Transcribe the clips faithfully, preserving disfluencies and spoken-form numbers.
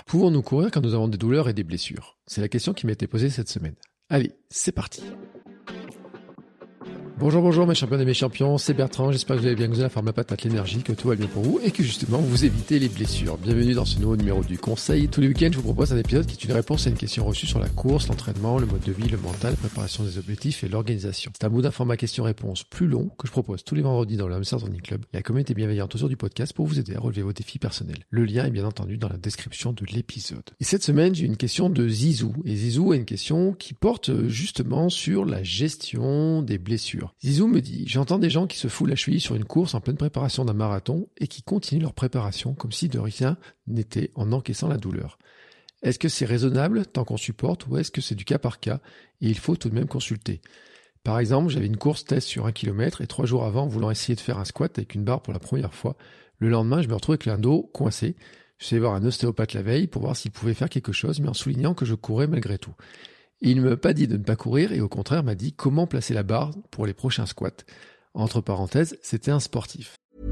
Pouvons-nous courir quand nous avons des douleurs et des blessures? C'est la question qui m'a été posée cette semaine. Allez, c'est parti. Bonjour, bonjour mes champions et mes champions, c'est Bertrand, j'espère que vous allez bien, que vous avez la forme, la patate, l'énergie, que tout va bien pour vous et que justement vous évitez les blessures. Bienvenue dans ce nouveau numéro du conseil. Tous les week-ends, je vous propose un épisode qui est une réponse à une question reçue sur la course, l'entraînement, le mode de vie, le mental, la préparation des objectifs et l'organisation. C'est un bout d'un format question-réponse plus long que je propose tous les vendredis dans le Hamster Running Club et la communauté bienveillante autour du podcast pour vous aider à relever vos défis personnels. Le lien est bien entendu dans la description de l'épisode. Et cette semaine, j'ai une question de Zizou. Et Zizou a une question qui porte justement sur la gestion des blessures. Zizou me dit: j'entends des gens qui se foulent la cheville sur une course en pleine préparation d'un marathon et qui continuent leur préparation comme si de rien n'était en encaissant la douleur. Est-ce que c'est raisonnable tant qu'on supporte ou est-ce que c'est du cas par cas et il faut tout de même consulter? Par exemple, j'avais une course test sur un kilomètre et trois jours avant, voulant essayer de faire un squat avec une barre pour la première fois, le lendemain, je me retrouvais avec le dos coincé. Je suis allé voir un ostéopathe la veille pour voir s'il pouvait faire quelque chose, mais en soulignant que je courais malgré tout. Et il ne m'a pas dit de ne pas courir et au contraire m'a dit comment placer la barre pour les prochains squats. Entre parenthèses, c'était un sportif.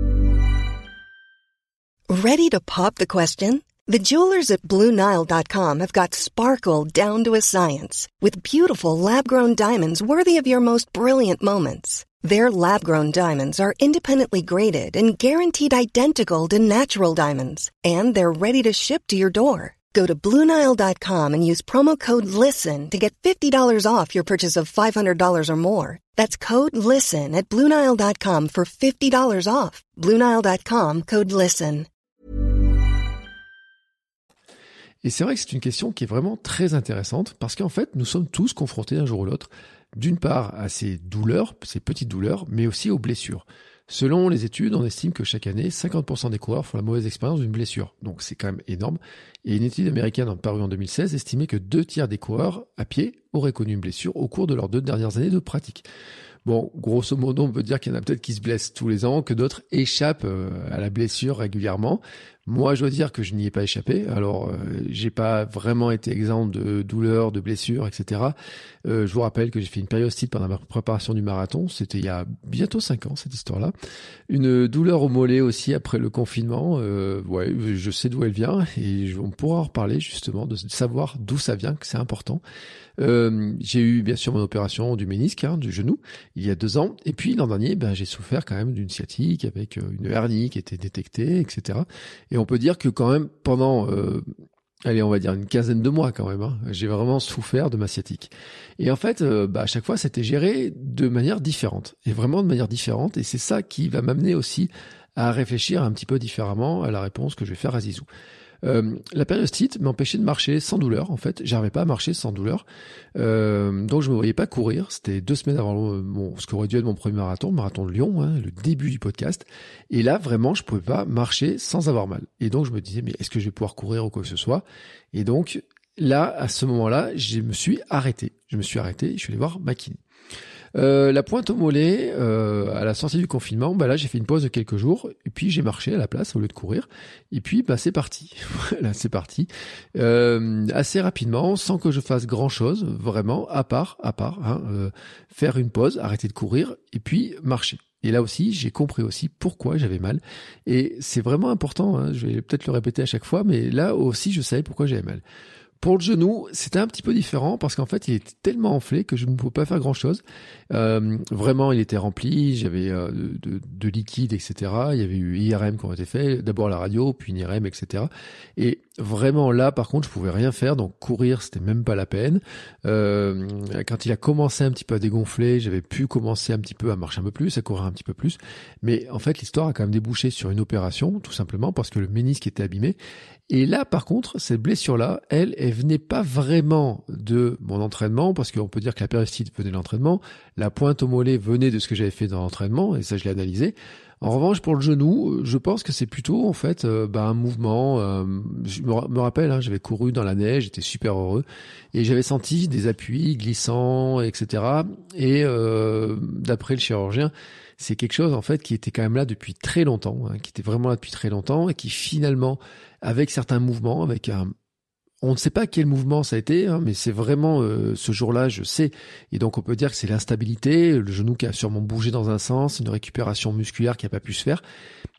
Ready to pop the question? The jewelers at Blue Nile dot com have got sparkle down to a science with beautiful lab-grown diamonds worthy of your most brilliant moments. Their lab-grown diamonds are independently graded and guaranteed identical to natural diamonds, and they're ready to ship to your door. Go to Blue Nile dot com and use promo code LISTEN to get fifty dollars off your purchase of five hundred dollars or more. That's code LISTEN at Blue Nile dot com for fifty dollars off. Blue Nile dot com, code LISTEN. Et c'est vrai que c'est une question qui est vraiment très intéressante parce qu'en fait, nous sommes tous confrontés un jour ou l'autre, d'une part à ces douleurs, ces petites douleurs, mais aussi aux blessures. Selon les études, on estime que chaque année, cinquante pour cent des coureurs font la mauvaise expérience d'une blessure. Donc c'est quand même énorme. Et une étude américaine parue en deux mille seize estimait que deux tiers des coureurs à pied auraient connu une blessure au cours de leurs deux dernières années de pratique. Bon, grosso modo, on peut dire qu'il y en a peut-être qui se blessent tous les ans, que d'autres échappent à la blessure régulièrement. Moi, je dois dire que je n'y ai pas échappé. Alors, euh, j'ai pas vraiment été exempt de douleurs, de blessures, et cetera. Euh, je vous rappelle que j'ai fait une périostite pendant ma préparation du marathon. C'était il y a bientôt cinq ans, cette histoire-là. Une douleur au mollet aussi après le confinement. Euh, ouais, je sais d'où elle vient et on pourra en reparler justement, de savoir d'où ça vient, que c'est important. Euh, j'ai eu bien sûr mon opération du ménisque, hein, du genou, il y a deux ans. Et puis l'an dernier, ben, j'ai souffert quand même d'une sciatique avec une hernie qui était détectée, et cetera. Et on peut dire que quand même pendant, euh, allez, on va dire une quinzaine de mois quand même, hein, j'ai vraiment souffert de ma sciatique. Et en fait, euh, bah, à chaque fois, c'était géré de manière différente, et vraiment de manière différente. Et c'est ça qui va m'amener aussi à réfléchir un petit peu différemment à la réponse que je vais faire à Zizou. Euh, la périostite m'empêchait de marcher sans douleur. En fait, j'arrivais pas à marcher sans douleur, euh, donc je me voyais pas courir. C'était deux semaines avant mon, ce qu'aurait dû être mon premier marathon, le marathon de Lyon, hein, le début du podcast. Et là, vraiment, je pouvais pas marcher sans avoir mal. Et donc, je me disais, mais est-ce que je vais pouvoir courir ou quoi que ce soit? Et donc, là, à ce moment-là, je me suis arrêté. Je me suis arrêté. Je suis allé voir ma kiné. Euh, la pointe au mollet, euh, à la sortie du confinement, bah là j'ai fait une pause de quelques jours et puis j'ai marché à la place au lieu de courir et puis bah c'est parti, voilà c'est parti, euh, assez rapidement sans que je fasse grand chose vraiment à part à part hein, euh, faire une pause, arrêter de courir et puis marcher. Et là aussi, j'ai compris aussi pourquoi j'avais mal. Et c'est vraiment important, hein, je vais peut-être le répéter à chaque fois, mais là aussi je savais pourquoi j'avais mal. Pour le genou, c'était un petit peu différent parce qu'en fait, il était tellement enflé que je ne pouvais pas faire grand-chose. Euh, vraiment, il était rempli, j'avais euh, de, de, de liquide, et cetera. Il y avait eu I R M qui ont été faits, d'abord la radio, puis une I R M, et cetera. Et vraiment là, par contre, je pouvais rien faire, donc courir, c'était même pas la peine. Euh, quand il a commencé un petit peu à dégonfler, j'avais pu commencer un petit peu à marcher un peu plus, à courir un petit peu plus. Mais en fait, l'histoire a quand même débouché sur une opération, tout simplement parce que le ménisque était abîmé. Et là, par contre, cette blessure-là, elle, elle venait pas vraiment de mon entraînement, parce qu'on peut dire que la périostite venait de l'entraînement, la pointe au mollet venait de ce que j'avais fait dans l'entraînement, et ça, je l'ai analysé. En revanche, pour le genou, je pense que c'est plutôt en fait euh, bah, un mouvement. Euh, je me, me rappelle, hein, j'avais couru dans la neige, j'étais super heureux, et j'avais senti des appuis glissants, et cetera. Et euh, d'après le chirurgien, c'est quelque chose en fait qui était quand même là depuis très longtemps, hein, qui était vraiment là depuis très longtemps, et qui finalement, avec certains mouvements, avec un on ne sait pas quel mouvement ça a été, hein, mais c'est vraiment euh, ce jour-là, je sais. Et donc on peut dire que c'est l'instabilité, le genou qui a sûrement bougé dans un sens, une récupération musculaire qui n'a pas pu se faire.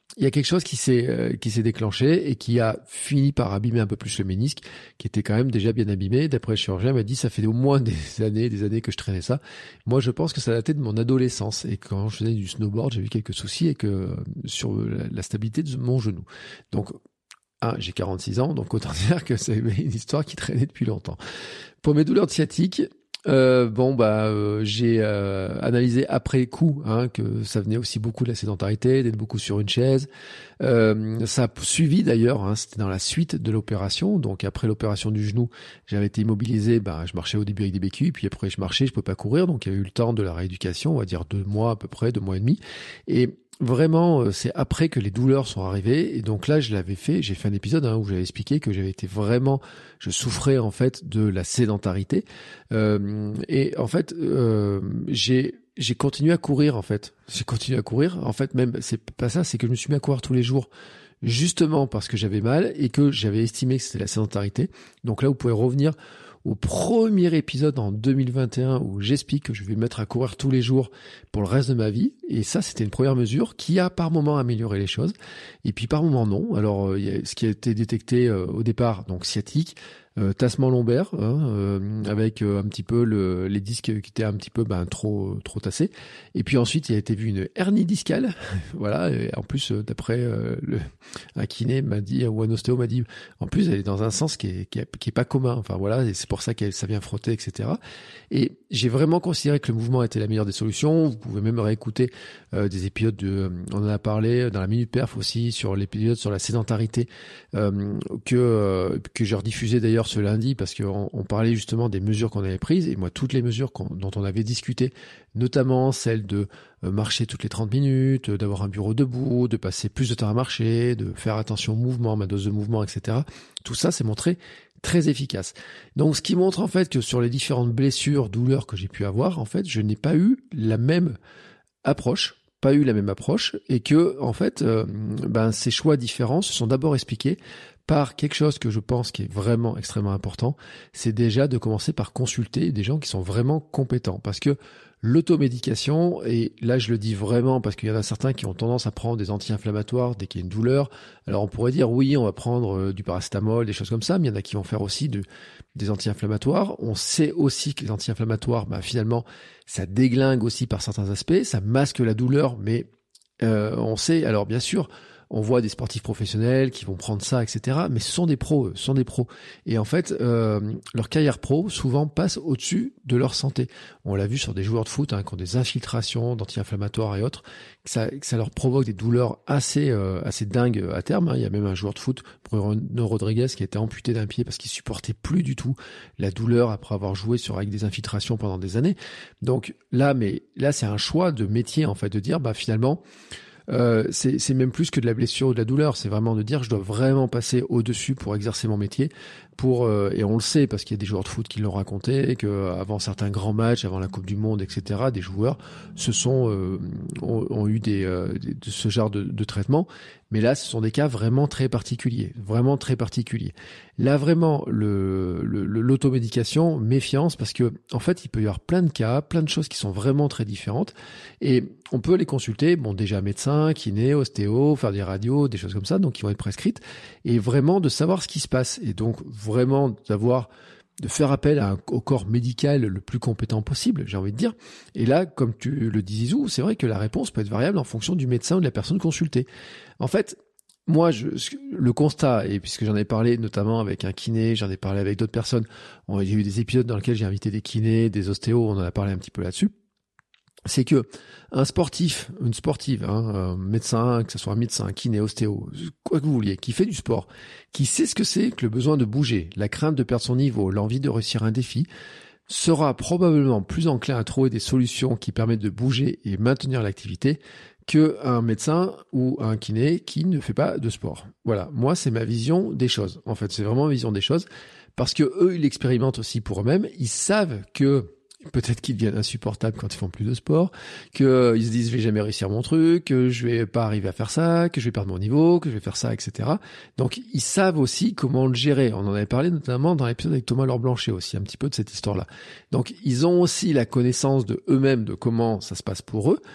il y a quelque chose qui s'est euh, qui s'est déclenché et qui a fini par abîmer un peu plus le ménisque, qui était quand même déjà bien abîmé. D'après le chirurgien, il m'a dit ça fait au moins des années, des années que je traînais ça. Moi, je pense que ça datait de mon adolescence et quand je faisais du snowboard, j'ai eu quelques soucis et que euh, sur la, la stabilité de mon genou. Donc, un, j'ai quarante-six ans, donc autant dire que c'est une histoire qui traînait depuis longtemps. Pour mes douleurs de sciatique, Euh, bon bah euh, j'ai euh, analysé après coup hein, que ça venait aussi beaucoup de la sédentarité, d'être beaucoup sur une chaise. Euh, ça a suivi d'ailleurs, hein, c'était dans la suite de l'opération. Donc après l'opération du genou, j'avais été immobilisé. Bah je marchais au début avec des béquilles, puis après je marchais, je pouvais pas courir. Donc il y a eu le temps de la rééducation, on va dire deux mois à peu près, deux mois et demi. Et vraiment, c'est après que les douleurs sont arrivées. Et donc là, je l'avais fait. J'ai fait un épisode hein, où j'avais expliqué que j'avais été vraiment, je souffrais en fait de la sédentarité. Euh, et en fait, euh, j'ai j'ai continué à courir en fait. J'ai continué à courir. En fait, même c'est pas ça, c'est que je me suis mis à courir tous les jours, justement parce que j'avais mal et que j'avais estimé que c'était la sédentarité. Donc là, vous pouvez revenir au premier épisode en deux mille vingt et un où j'explique que je vais me mettre à courir tous les jours pour le reste de ma vie. Et ça, c'était une première mesure qui a par moment amélioré les choses. Et puis par moment, non. Alors, euh, y a ce qui a été détecté euh, au départ, donc sciatique, euh, tassement lombaire, hein, euh, avec euh, un petit peu le, les disques qui étaient un petit peu ben, trop trop tassés. Et puis ensuite, il a été vu une hernie discale. Voilà. Et en plus, euh, d'après euh, le, un kiné m'a dit, ou un ostéo m'a dit, en plus, elle est dans un sens qui est, qui est, qui est pas commun. Enfin voilà, et c'est pour ça que ça vient frotter, et cetera. Et j'ai vraiment considéré que le mouvement était la meilleure des solutions. Vous pouvez même réécouter euh, des épisodes de, on en a parlé dans la Minute Perf aussi, sur l'épisode sur la sédentarité, euh, que euh, que j'ai rediffusé d'ailleurs ce lundi parce qu'on on parlait justement des mesures qu'on avait prises. Et moi, toutes les mesures qu'on, dont on avait discuté, notamment celle de euh, marcher toutes les trente minutes, euh, d'avoir un bureau debout, de passer plus de temps à marcher, de faire attention au mouvement, ma dose de mouvement, et cetera. Tout ça, c'est montré très efficace. Donc, ce qui montre en fait que sur les différentes blessures, douleurs que j'ai pu avoir, en fait, je n'ai pas eu la même approche, pas eu la même approche, et que en fait, euh, ben ces choix différents se sont d'abord expliqués par quelque chose que je pense qui est vraiment extrêmement important, c'est déjà de commencer par consulter des gens qui sont vraiment compétents, parce que l'automédication, et là je le dis vraiment parce qu'il y en a certains qui ont tendance à prendre des anti-inflammatoires dès qu'il y a une douleur. Alors on pourrait dire oui, on va prendre euh, du paracétamol, des choses comme ça, mais il y en a qui vont faire aussi de, des anti-inflammatoires. On sait aussi que les anti-inflammatoires, bah, finalement, ça déglingue aussi par certains aspects, ça masque la douleur, mais euh, on sait, alors bien sûr, on voit des sportifs professionnels qui vont prendre ça, et cetera. Mais ce sont des pros, ce sont des pros. Et en fait, euh, leur carrière pro souvent passe au-dessus de leur santé. On l'a vu sur des joueurs de foot hein, qui ont des infiltrations d'anti-inflammatoires et autres, que ça, que ça leur provoque des douleurs assez, euh, assez dingues à terme. Hein. Il y a même un joueur de foot, Bruno Rodriguez, qui a été amputé d'un pied parce qu'il supportait plus du tout la douleur après avoir joué sur avec des infiltrations pendant des années. Donc là, mais là, c'est un choix de métier en fait de dire, bah finalement. Euh, c'est, c'est même plus que de la blessure ou de la douleur, c'est vraiment de dire je dois vraiment passer au-dessus pour exercer mon métier, pour euh, et on le sait parce qu'il y a des joueurs de foot qui l'ont raconté, que avant certains grands matchs, avant la Coupe du Monde, et cetera, des joueurs se sont euh, ont, ont eu des, euh, des de ce genre de, de traitement, mais là ce sont des cas vraiment très particuliers, vraiment très particuliers. Là vraiment le, le, le l'automédication, méfiance parce que en fait il peut y avoir plein de cas, plein de choses qui sont vraiment très différentes et on peut les consulter, bon déjà médecin, kiné, ostéo, faire des radios, des choses comme ça, donc qui vont être prescrites, et vraiment de savoir ce qui se passe, et donc vraiment d'avoir, de faire appel à un, au corps médical le plus compétent possible, j'ai envie de dire. Et là, comme tu le dis Zizou, c'est vrai que la réponse peut être variable en fonction du médecin ou de la personne consultée. En fait, moi, je, le constat, et puisque j'en ai parlé notamment avec un kiné, j'en ai parlé avec d'autres personnes, on, il y a eu des épisodes dans lesquels j'ai invité des kinés, des ostéos, on en a parlé un petit peu là-dessus, c'est que un sportif, une sportive, hein, un médecin, que ce soit un médecin, un kiné, ostéo, quoi que vous vouliez, qui fait du sport, qui sait ce que c'est que le besoin de bouger, la crainte de perdre son niveau, l'envie de réussir un défi, sera probablement plus enclin à trouver des solutions qui permettent de bouger et maintenir l'activité qu'un médecin ou un kiné qui ne fait pas de sport. Voilà, moi c'est ma vision des choses. En fait, c'est vraiment ma vision des choses parce que eux, ils l'expérimentent aussi pour eux-mêmes. Ils savent que peut-être qu'ils deviennent insupportables quand ils font plus de sport, qu'ils se disent je vais jamais réussir mon truc, que je vais pas arriver à faire ça, que je vais perdre mon niveau, que je vais faire ça, et cetera. Donc ils savent aussi comment le gérer. On en avait parlé notamment dans l'épisode avec Thomas Laure Blanchet aussi, un petit peu de cette histoire-là. Donc ils ont aussi la connaissance de eux-mêmes de comment ça se passe pour eux.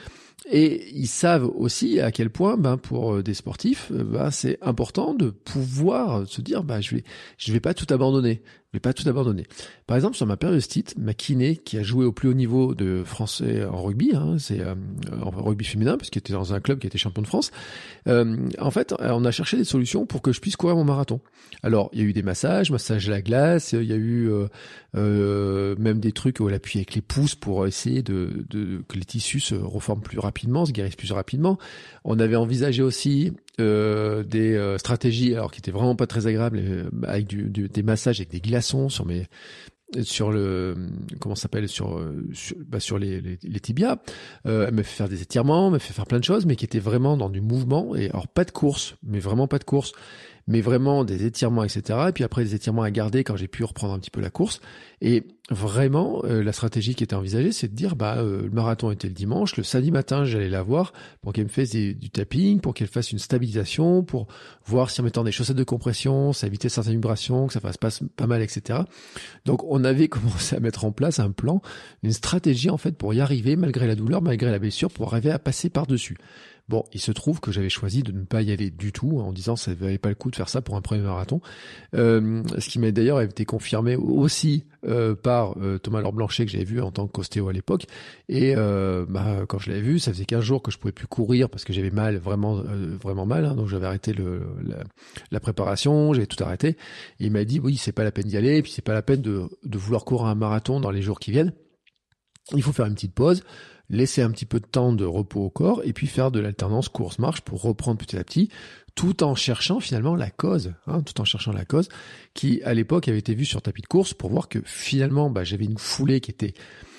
Et ils savent aussi à quel point, ben, pour des sportifs, ben, c'est important de pouvoir se dire, ben, je vais, je vais pas tout abandonner. Je vais pas tout abandonner. Par exemple, sur ma périostite, ma kiné, qui a joué au plus haut niveau de français en rugby, hein, c'est euh, en rugby féminin, parce qu'il était dans un club qui était champion de France. Euh, en fait, on a cherché des solutions pour que je puisse courir mon marathon. Alors, il y a eu des massages, massages à la glace, il y a eu euh, euh, même des trucs où elle appuie avec les pouces pour essayer de, de que les tissus se reforment plus rapidement, se guérissent plus rapidement. On avait envisagé aussi euh, des euh, stratégies, alors qui étaient vraiment pas très agréables, euh, avec du, du, des massages avec des glaçons sur mes sur le comment ça s'appelle sur sur, bah, sur les, les, les tibias. Euh, elle m'a fait faire des étirements, elle m'a fait faire plein de choses, mais qui étaient vraiment dans du mouvement, et alors pas de course, mais vraiment pas de course, mais vraiment des étirements, et cetera. Et puis après des étirements à garder quand j'ai pu reprendre un petit peu la course. Et vraiment, euh, la stratégie qui était envisagée, c'est de dire, bah, euh, le marathon était le dimanche, le samedi matin, j'allais la voir pour qu'elle me fasse des, du tapping, pour qu'elle fasse une stabilisation, pour voir si en mettant des chaussettes de compression, ça évitait certaines vibrations, que ça fasse pas, pas mal, et cetera. Donc, on avait commencé à mettre en place un plan, une stratégie, en fait, pour y arriver, malgré la douleur, malgré la blessure, pour arriver à passer par-dessus. Bon, il se trouve que j'avais choisi de ne pas y aller du tout, en disant que ça ne valait pas le coup de faire ça pour un premier marathon. Euh, ce qui m'a d'ailleurs été confirmé aussi euh, par euh, Thomas Laure Blanchet, que j'avais vu en tant qu'ostéo à l'époque. Et euh, bah, quand je l'avais vu, ça faisait quinze jours que je pouvais plus courir parce que j'avais mal, vraiment, euh, vraiment mal. Hein, donc j'avais arrêté le, la, la préparation, j'avais tout arrêté. Et il m'a dit, oui, c'est pas la peine d'y aller, et puis c'est pas la peine de, de vouloir courir un marathon dans les jours qui viennent. Il faut faire une petite pause, laisser un petit peu de temps de repos au corps et puis faire de l'alternance course-marche pour reprendre petit à petit, tout en cherchant finalement la cause, hein, tout en cherchant la cause qui à l'époque avait été vue sur tapis de course pour voir que finalement bah, j'avais une foulée qui était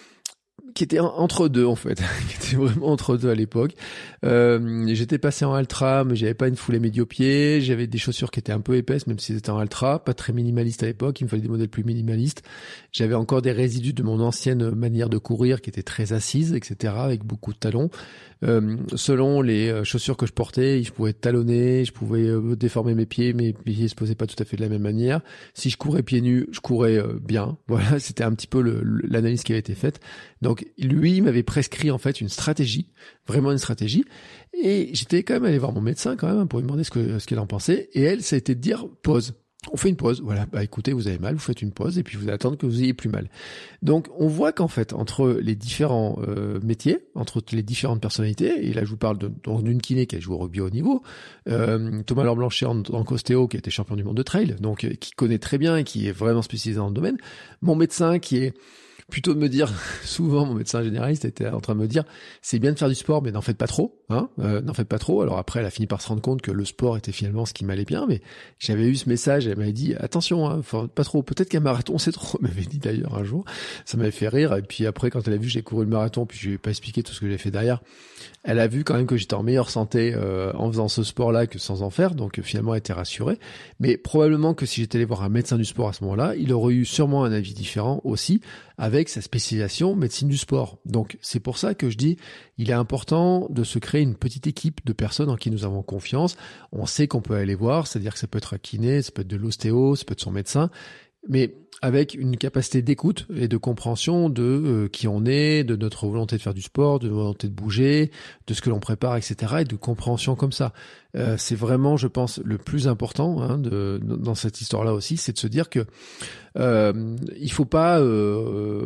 qui était entre deux en fait, qui était vraiment entre deux à l'époque. Euh, j'étais passé en ultra, mais j'avais pas une foulée médio-pied, j'avais des chaussures qui étaient un peu épaisses, même si c'était en ultra, pas très minimaliste à l'époque, il me fallait des modèles plus minimalistes. J'avais encore des résidus de mon ancienne manière de courir qui était très assise, et cetera, avec beaucoup de talons. Euh, selon les chaussures que je portais, je pouvais talonner, je pouvais euh, déformer mes pieds, mes pieds se posaient pas tout à fait de la même manière. Si je courais pieds nus, je courais euh, bien. Voilà, c'était un petit peu le, l'analyse qui avait été faite. Donc lui, il m'avait prescrit en fait une stratégie, vraiment une stratégie. Et j'étais quand même allé voir mon médecin quand même pour lui demander ce que ce qu'elle en pensait. Et elle, ça a été de dire pause. On fait une pause, voilà, bah écoutez, vous avez mal, vous faites une pause et puis vous allez attendre que vous ayez plus mal. Donc on voit qu'en fait, entre les différents euh, métiers, entre les différentes personnalités, et là je vous parle de, donc, d'une kiné qui a joué au rugby au haut niveau, euh, Thomas Laure Blanchet en tant qu'ostéo qui a été champion du monde de trail, donc euh, qui connaît très bien et qui est vraiment spécialisé dans le domaine, mon médecin qui est plutôt de me dire, souvent mon médecin généraliste était en train de me dire, c'est bien de faire du sport, mais n'en faites pas trop, hein, euh, n'en faites pas trop. Alors après, elle a fini par se rendre compte que le sport était finalement ce qui m'allait bien, mais j'avais eu ce message, elle m'avait dit, attention, hein, pas trop, peut-être qu'un marathon c'est trop, elle m'avait dit d'ailleurs un jour, ça m'avait fait rire, et puis après quand elle a vu que j'ai couru le marathon, puis je lui ai pas expliqué tout ce que j'ai fait derrière, elle a vu quand même que j'étais en meilleure santé euh, en faisant ce sport-là que sans en faire, donc finalement elle était rassurée, mais probablement que si j'étais allé voir un médecin du sport à ce moment-là, il aurait eu sûrement un avis différent aussi, avec sa spécialisation médecine du sport. Donc c'est pour ça que je dis, il est important de se créer une petite équipe de personnes en qui nous avons confiance. On sait qu'on peut aller voir, c'est-à-dire que ça peut être un kiné, ça peut être de l'ostéo, ça peut être son médecin, mais avec une capacité d'écoute et de compréhension de euh, qui on est, de notre volonté de faire du sport, de notre volonté de bouger, de ce que l'on prépare, et cetera, et de compréhension comme ça. Euh, c'est vraiment, je pense, le plus important hein, de, dans cette histoire-là aussi, c'est de se dire que euh, il faut pas euh,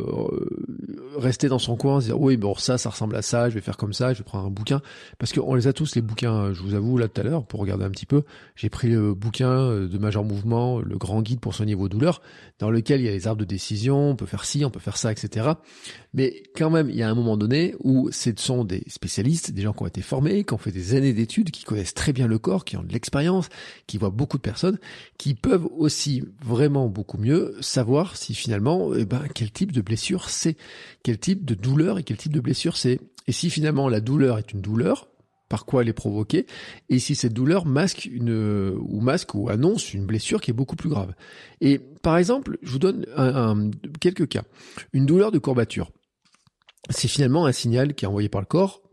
rester dans son coin, se dire oui bon ça, ça ressemble à ça, je vais faire comme ça, je vais prendre un bouquin, parce qu'on les a tous les bouquins. Je vous avoue là tout à l'heure pour regarder un petit peu, j'ai pris le bouquin de Major Mouvement, le grand guide pour soigner vos douleurs, dans lequel il y a les arbres de décision, on peut faire ci, on peut faire ça, et cetera. Mais quand même, il y a un moment donné où ce sont des spécialistes, des gens qui ont été formés, qui ont fait des années d'études, qui connaissent très bien le corps, qui ont de l'expérience, qui voient beaucoup de personnes, qui peuvent aussi vraiment beaucoup mieux savoir si finalement, eh ben, quel type de blessure c'est, quel type de douleur et quel type de blessure c'est. Et si finalement la douleur est une douleur, par quoi elle est provoquée, et si cette douleur masque une ou masque ou annonce une blessure qui est beaucoup plus grave. Et par exemple, je vous donne un, un, quelques cas. Une douleur de courbature, c'est finalement un signal qui est envoyé par le corps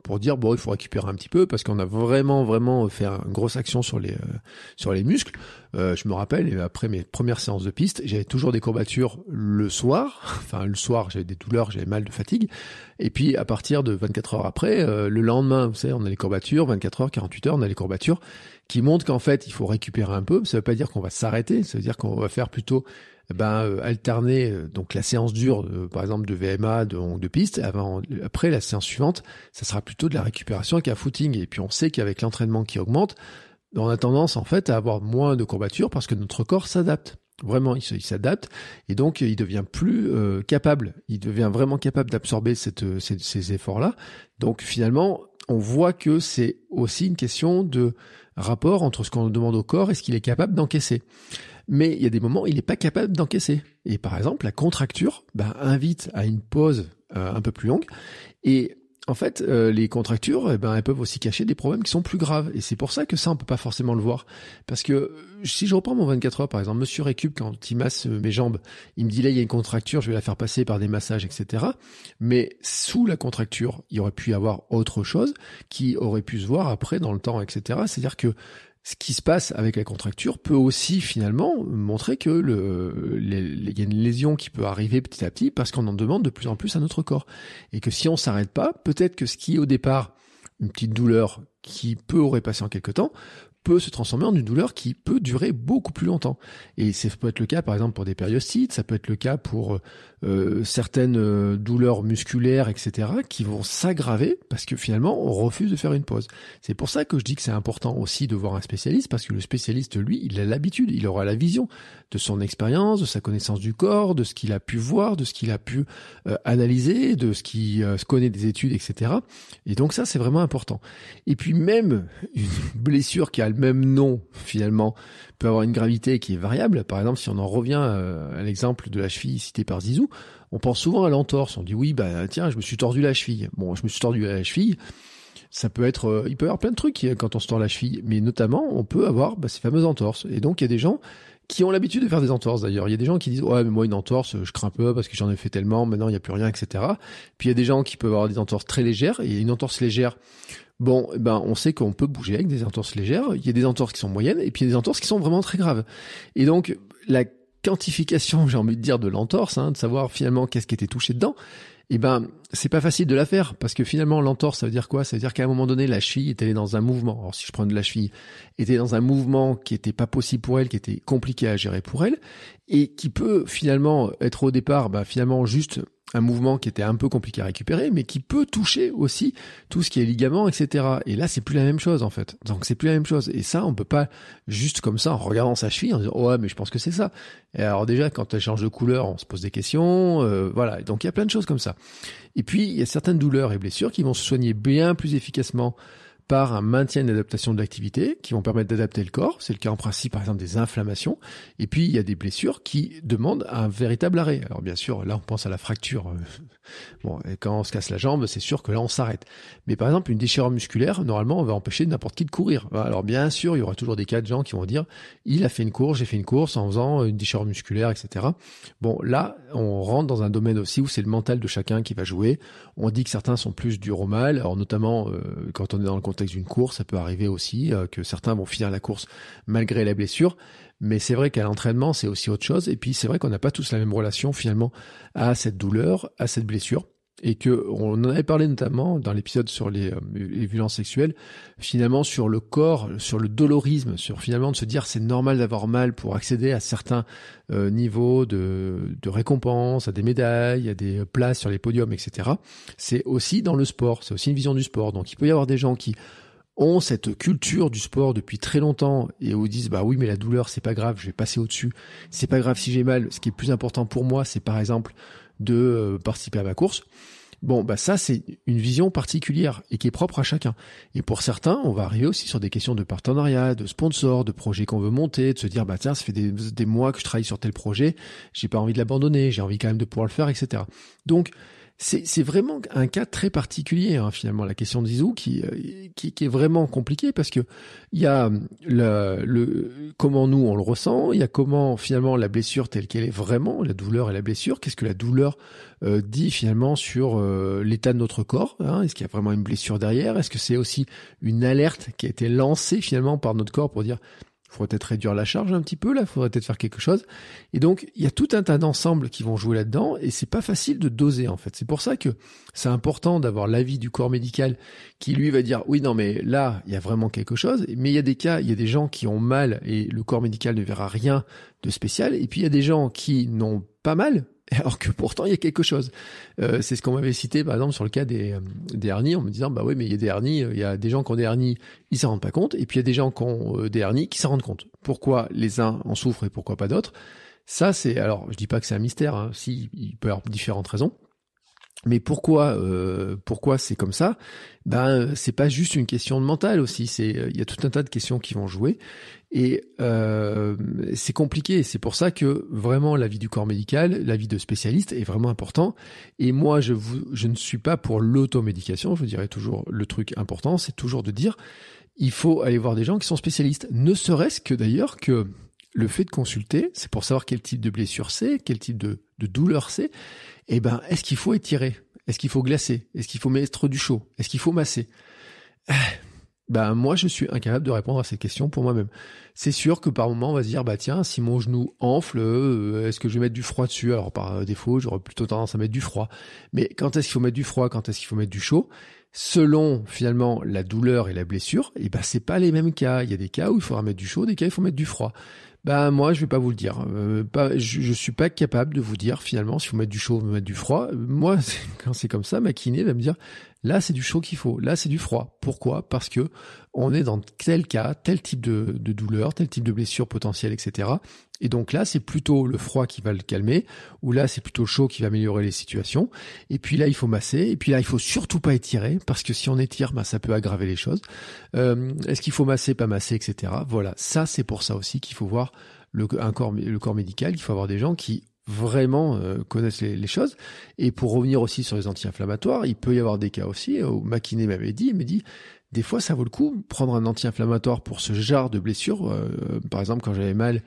pour dire bon, il faut récupérer un petit peu parce qu'on a vraiment vraiment fait une grosse action sur les euh, sur les muscles. Euh, je me rappelle, après mes premières séances de piste, j'avais toujours des courbatures le soir. Enfin, le soir, j'avais des douleurs, j'avais mal de fatigue. Et puis, à partir de vingt-quatre heures après, euh, le lendemain, vous savez, on a les courbatures, vingt-quatre heures, quarante-huit heures, on a les courbatures qui montrent qu'en fait, il faut récupérer un peu. Ça veut pas dire qu'on va s'arrêter, ça veut dire qu'on va faire plutôt ben euh, alterner euh, donc la séance dure, euh, par exemple de V M A, de, de piste. Avant, après, la séance suivante, ça sera plutôt de la récupération avec un footing. Et puis, on sait qu'avec l'entraînement qui augmente, on a tendance en fait à avoir moins de courbatures parce que notre corps s'adapte. Vraiment, il s'adapte et donc il devient plus euh, capable. Il devient vraiment capable d'absorber cette, ces, ces efforts-là. Donc finalement, on voit que c'est aussi une question de rapport entre ce qu'on demande au corps et ce qu'il est capable d'encaisser. Mais il y a des moments où il n'est pas capable d'encaisser. Et par exemple, la contracture ben, invite à une pause euh, un peu plus longue. Et en fait, euh, les contractures, eh ben, elles peuvent aussi cacher des problèmes qui sont plus graves. Et c'est pour ça que ça, on peut pas forcément le voir. Parce que si je reprends mon vingt-quatre heures, par exemple, Monsieur Récup, quand il masse mes jambes, il me dit là, il y a une contracture, je vais la faire passer par des massages, et cetera. Mais sous la contracture, il aurait pu y avoir autre chose qui aurait pu se voir après dans le temps, et cetera. C'est-à-dire que ce qui se passe avec la contracture peut aussi finalement montrer que le, il y a une lésion qui peut arriver petit à petit parce qu'on en demande de plus en plus à notre corps. Et que si on s'arrête pas, peut-être que ce qui au départ, une petite douleur qui peut aurait passé en quelque temps, peut se transformer en une douleur qui peut durer beaucoup plus longtemps. Et ça peut être le cas par exemple pour des périostites, ça peut être le cas pour euh, certaines euh, douleurs musculaires, et cetera, qui vont s'aggraver parce que finalement on refuse de faire une pause. C'est pour ça que je dis que c'est important aussi de voir un spécialiste, parce que le spécialiste, lui, il a l'habitude, il aura la vision de son expérience, de sa connaissance du corps, de ce qu'il a pu voir, de ce qu'il a pu euh, analyser, de ce qu'il euh, connaît des études, et cetera. Et donc ça, c'est vraiment important. Et puis même une blessure qui a le même nom, finalement, peut avoir une gravité qui est variable. Par exemple, si on en revient à l'exemple de la cheville cité par Zizou, on pense souvent à l'entorse. On dit oui, bah tiens, je me suis tordu la cheville. Bon, je me suis tordu la cheville. Ça peut être, euh, il peut y avoir plein de trucs quand on se tord la cheville, mais notamment, on peut avoir bah, ces fameuses entorses. Et donc, il y a des gens qui ont l'habitude de faire des entorses d'ailleurs. Il y a des gens qui disent ouais mais moi une entorse je crains peu parce que j'en ai fait tellement, maintenant il n'y a plus rien, et cetera. Puis il y a des gens qui peuvent avoir des entorses très légères, et une entorse légère, bon ben on sait qu'on peut bouger avec des entorses légères. Il y a des entorses qui sont moyennes et puis il y a des entorses qui sont vraiment très graves. Et donc la quantification, j'ai envie de dire, de l'entorse, hein, de savoir finalement qu'est-ce qui était touché dedans, eh ben c'est pas facile de la faire parce que finalement l'entorse, ça veut dire quoi? Ça veut dire qu'à un moment donné la cheville était dans un mouvement. Alors si je prends de la cheville, était dans un mouvement qui était pas possible pour elle, qui était compliqué à gérer pour elle, et qui peut finalement être au départ, bah finalement juste un mouvement qui était un peu compliqué à récupérer, mais qui peut toucher aussi tout ce qui est ligament, et cetera. Et là, c'est plus la même chose, en fait. Donc, c'est plus la même chose. Et ça, on peut pas juste comme ça, en regardant sa cheville, en disant, oh, ouais, mais je pense que c'est ça. Et alors, déjà, quand elle change de couleur, on se pose des questions, euh, voilà. Donc, il y a plein de choses comme ça. Et puis, il y a certaines douleurs et blessures qui vont se soigner bien plus efficacement par un maintien d'adaptation de l'activité, qui vont permettre d'adapter le corps. C'est le cas en principe, par exemple, des inflammations. Et puis, il y a des blessures qui demandent un véritable arrêt. Alors, bien sûr, là, on pense à la fracture. Bon, et quand on se casse la jambe, c'est sûr que là, on s'arrête. Mais par exemple, une déchirure musculaire, normalement, on va empêcher n'importe qui de courir. Alors, bien sûr, il y aura toujours des cas de gens qui vont dire, il a fait une course, j'ai fait une course en faisant une déchirure musculaire, et cetera. Bon, là, on rentre dans un domaine aussi où c'est le mental de chacun qui va jouer. On dit que certains sont plus durs au mal. Alors, notamment, euh, quand on est dans le contexte d'une course, ça peut arriver aussi euh, que certains vont finir la course malgré la blessure, mais c'est vrai qu'à l'entraînement c'est aussi autre chose. Et puis c'est vrai qu'on n'a pas tous la même relation finalement à cette douleur, à cette blessure, et que on en avait parlé notamment dans l'épisode sur les, euh, les violences sexuelles, finalement sur le corps, sur le dolorisme, sur finalement de se dire c'est normal d'avoir mal pour accéder à certains euh, niveaux de, de récompenses, à des médailles, à des places sur les podiums, et cetera. C'est aussi dans le sport, c'est aussi une vision du sport. Donc il peut y avoir des gens qui ont cette culture du sport depuis très longtemps et où ils disent bah oui mais la douleur c'est pas grave, je vais passer au-dessus, c'est pas grave si j'ai mal, ce qui est plus important pour moi c'est par exemple de euh, participer à ma course. Bon, bah ça, c'est une vision particulière et qui est propre à chacun. Et pour certains, on va arriver aussi sur des questions de partenariat, de sponsors, de projets qu'on veut monter, de se dire, bah tiens, ça fait des, des mois que je travaille sur tel projet, j'ai pas envie de l'abandonner, j'ai envie quand même de pouvoir le faire, et cetera. Donc, c'est, c'est vraiment un cas très particulier, hein, finalement, la question de Zizou, qui, qui, qui est vraiment compliquée parce que il y a le, le, comment nous on le ressent, il y a comment finalement la blessure telle qu'elle est vraiment, la douleur et la blessure, qu'est-ce que la douleur euh, dit finalement sur euh, l'état de notre corps, hein, est-ce qu'il y a vraiment une blessure derrière, est-ce que c'est aussi une alerte qui a été lancée finalement par notre corps pour dire il faudrait peut-être réduire la charge un petit peu, là, il faudrait peut-être faire quelque chose. Et donc, il y a tout un tas d'ensembles qui vont jouer là-dedans, et c'est pas facile de doser, en fait. C'est pour ça que c'est important d'avoir l'avis du corps médical qui, lui, va dire, oui, non, mais là, il y a vraiment quelque chose. Mais il y a des cas, il y a des gens qui ont mal, et le corps médical ne verra rien de spécial. Et puis, il y a des gens qui n'ont pas mal, alors que pourtant il y a quelque chose. Euh, c'est ce qu'on m'avait cité par exemple sur le cas des, euh, des hernies, en me disant bah oui mais il y a des hernies, il y a des gens qui ont des hernies, ils s'en rendent pas compte, et puis il y a des gens qui ont euh, des hernies qui s'en rendent compte. Pourquoi les uns en souffrent et pourquoi pas d'autres? Ça c'est, alors je dis pas que c'est un mystère, hein, si il peut y avoir différentes raisons. Mais pourquoi, euh, pourquoi c'est comme ça? Ben, c'est pas juste une question de mental aussi. C'est, il y a tout un tas de questions qui vont jouer, et euh, c'est compliqué. C'est pour ça que vraiment l'avis du corps médical, l'avis de spécialiste est vraiment important. Et moi, je vous, je ne suis pas pour l'automédication. Je vous dirais toujours le truc important, c'est toujours de dire, il faut aller voir des gens qui sont spécialistes. Ne serait-ce que d'ailleurs que le fait de consulter, c'est pour savoir quel type de blessure c'est, quel type de, de douleur c'est. Eh ben, est-ce qu'il faut étirer? Est-ce qu'il faut glacer? Est-ce qu'il faut mettre du chaud? Est-ce qu'il faut masser? Ben, moi, je suis incapable de répondre à cette question pour moi-même. C'est sûr que par moment, on va se dire, bah tiens, si mon genou enfle, euh, est-ce que je vais mettre du froid dessus? Alors, par défaut, j'aurais plutôt tendance à mettre du froid. Mais quand est-ce qu'il faut mettre du froid? Quand est-ce qu'il faut mettre du chaud? Selon, finalement, la douleur et la blessure, eh ben, c'est pas les mêmes cas. Il y a des cas où il faudra mettre du chaud, des cas où il faut mettre du froid. Ben moi je vais pas vous le dire. Euh, pas, je, je suis pas capable de vous dire finalement s'il faut mettre du chaud ou mettre du froid. Moi c'est, quand c'est comme ça, ma kiné va me dire là c'est du chaud qu'il faut, là c'est du froid. Pourquoi? Parce que on est dans tel cas, tel type de, de douleur, tel type de blessure potentielle, et cetera. Et donc là c'est plutôt le froid qui va le calmer, ou là c'est plutôt le chaud qui va améliorer les situations. Et puis là il faut masser, et puis là il faut surtout pas étirer parce que si on étire, ben ça peut aggraver les choses. Euh, est-ce qu'il faut masser, pas masser, et cetera. Voilà, ça c'est pour ça aussi qu'il faut voir le, un corps, le corps médical. Il faut avoir des gens qui vraiment euh, connaissent les, les choses. Et pour revenir aussi sur les anti-inflammatoires, il peut y avoir des cas aussi où ma kiné m'avait dit, il m'a dit des fois ça vaut le coup prendre un anti-inflammatoire pour ce genre de blessure. Euh, par exemple quand j'avais mal,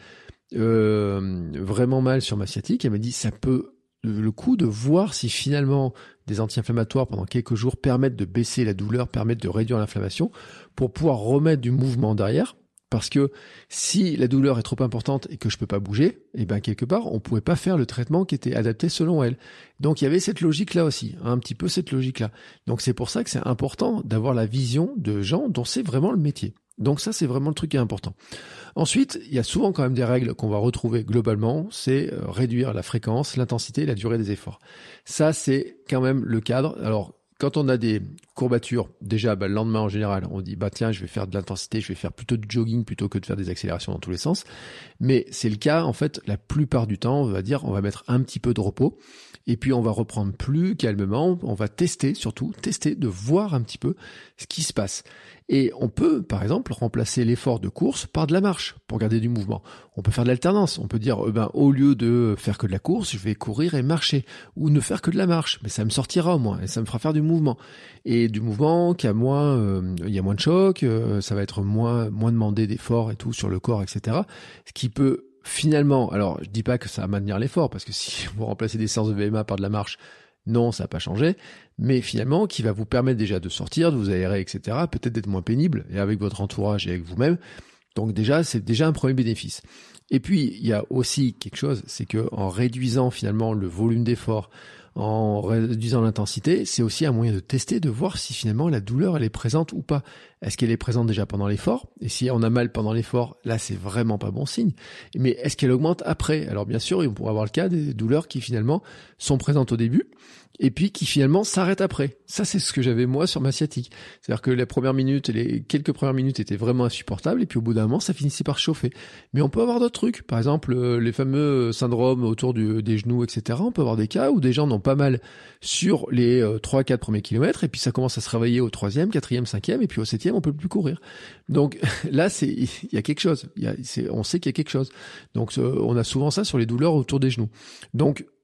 euh, vraiment mal sur ma sciatique, elle m'a dit ça peut le coup de voir si finalement des anti-inflammatoires pendant quelques jours permettent de baisser la douleur, permettent de réduire l'inflammation pour pouvoir remettre du mouvement derrière. Parce que si la douleur est trop importante et que je peux pas bouger, et ben quelque part on pouvait pas faire le traitement qui était adapté selon elle. Donc il y avait cette logique là aussi, hein, un petit peu cette logique là. Donc c'est pour ça que c'est important d'avoir la vision de gens dont c'est vraiment le métier. Donc ça c'est vraiment le truc qui est important. Ensuite, il y a souvent quand même des règles qu'on va retrouver globalement, c'est réduire la fréquence, l'intensité et la durée des efforts. Ça c'est quand même le cadre. Alors quand on a des courbatures, déjà bah, le lendemain en général, on dit bah tiens je vais faire de l'intensité, je vais faire plutôt du jogging plutôt que de faire des accélérations dans tous les sens. Mais c'est le cas en fait la plupart du temps, on va dire on va mettre un petit peu de repos et puis on va reprendre plus calmement, on va tester surtout, tester de voir un petit peu ce qui se passe. Et on peut, par exemple, remplacer l'effort de course par de la marche pour garder du mouvement. On peut faire de l'alternance. On peut dire, eh ben, au lieu de faire que de la course, je vais courir et marcher. Ou ne faire que de la marche. Mais ça me sortira au moins et ça me fera faire du mouvement. Et du mouvement qui a moins, euh, il y a moins de choc, euh, ça va être moins, moins demandé d'effort et tout sur le corps, et cetera. Ce qui peut finalement, alors je dis pas que ça va maintenir l'effort parce que si vous remplacez des séances de V M A par de la marche, non, ça n'a pas changé, mais finalement, qui va vous permettre déjà de sortir, de vous aérer, et cetera, peut-être d'être moins pénible, et avec votre entourage et avec vous-même. Donc déjà, c'est déjà un premier bénéfice. Et puis, il y a aussi quelque chose, c'est que en réduisant finalement le volume d'effort, en réduisant l'intensité, c'est aussi un moyen de tester, de voir si finalement la douleur, elle est présente ou pas. Est-ce qu'elle est présente déjà pendant l'effort? Et si on a mal pendant l'effort, là, c'est vraiment pas bon signe. Mais est-ce qu'elle augmente après? Alors bien sûr, on pourrait avoir le cas des douleurs qui finalement sont présentes au début et puis qui finalement s'arrêtent après. Ça, c'est ce que j'avais moi sur ma sciatique. C'est-à-dire que les premières minutes, les quelques premières minutes étaient vraiment insupportables et puis au bout d'un moment, ça finissait par chauffer. Mais on peut avoir d'autres trucs. Par exemple, les fameux syndromes autour du, des genoux, et cetera. On peut avoir des cas où des gens n'ont pas mal sur les trois quatre premiers kilomètres et puis ça commence à se réveiller au troisième, quatrième, cinquième et puis au septième, on peut plus courir. Donc là, c'est il y a quelque chose. Il y a, c'est, on sait qu'il y a quelque chose. Donc on a souvent ça sur les douleurs autour des genoux. Donc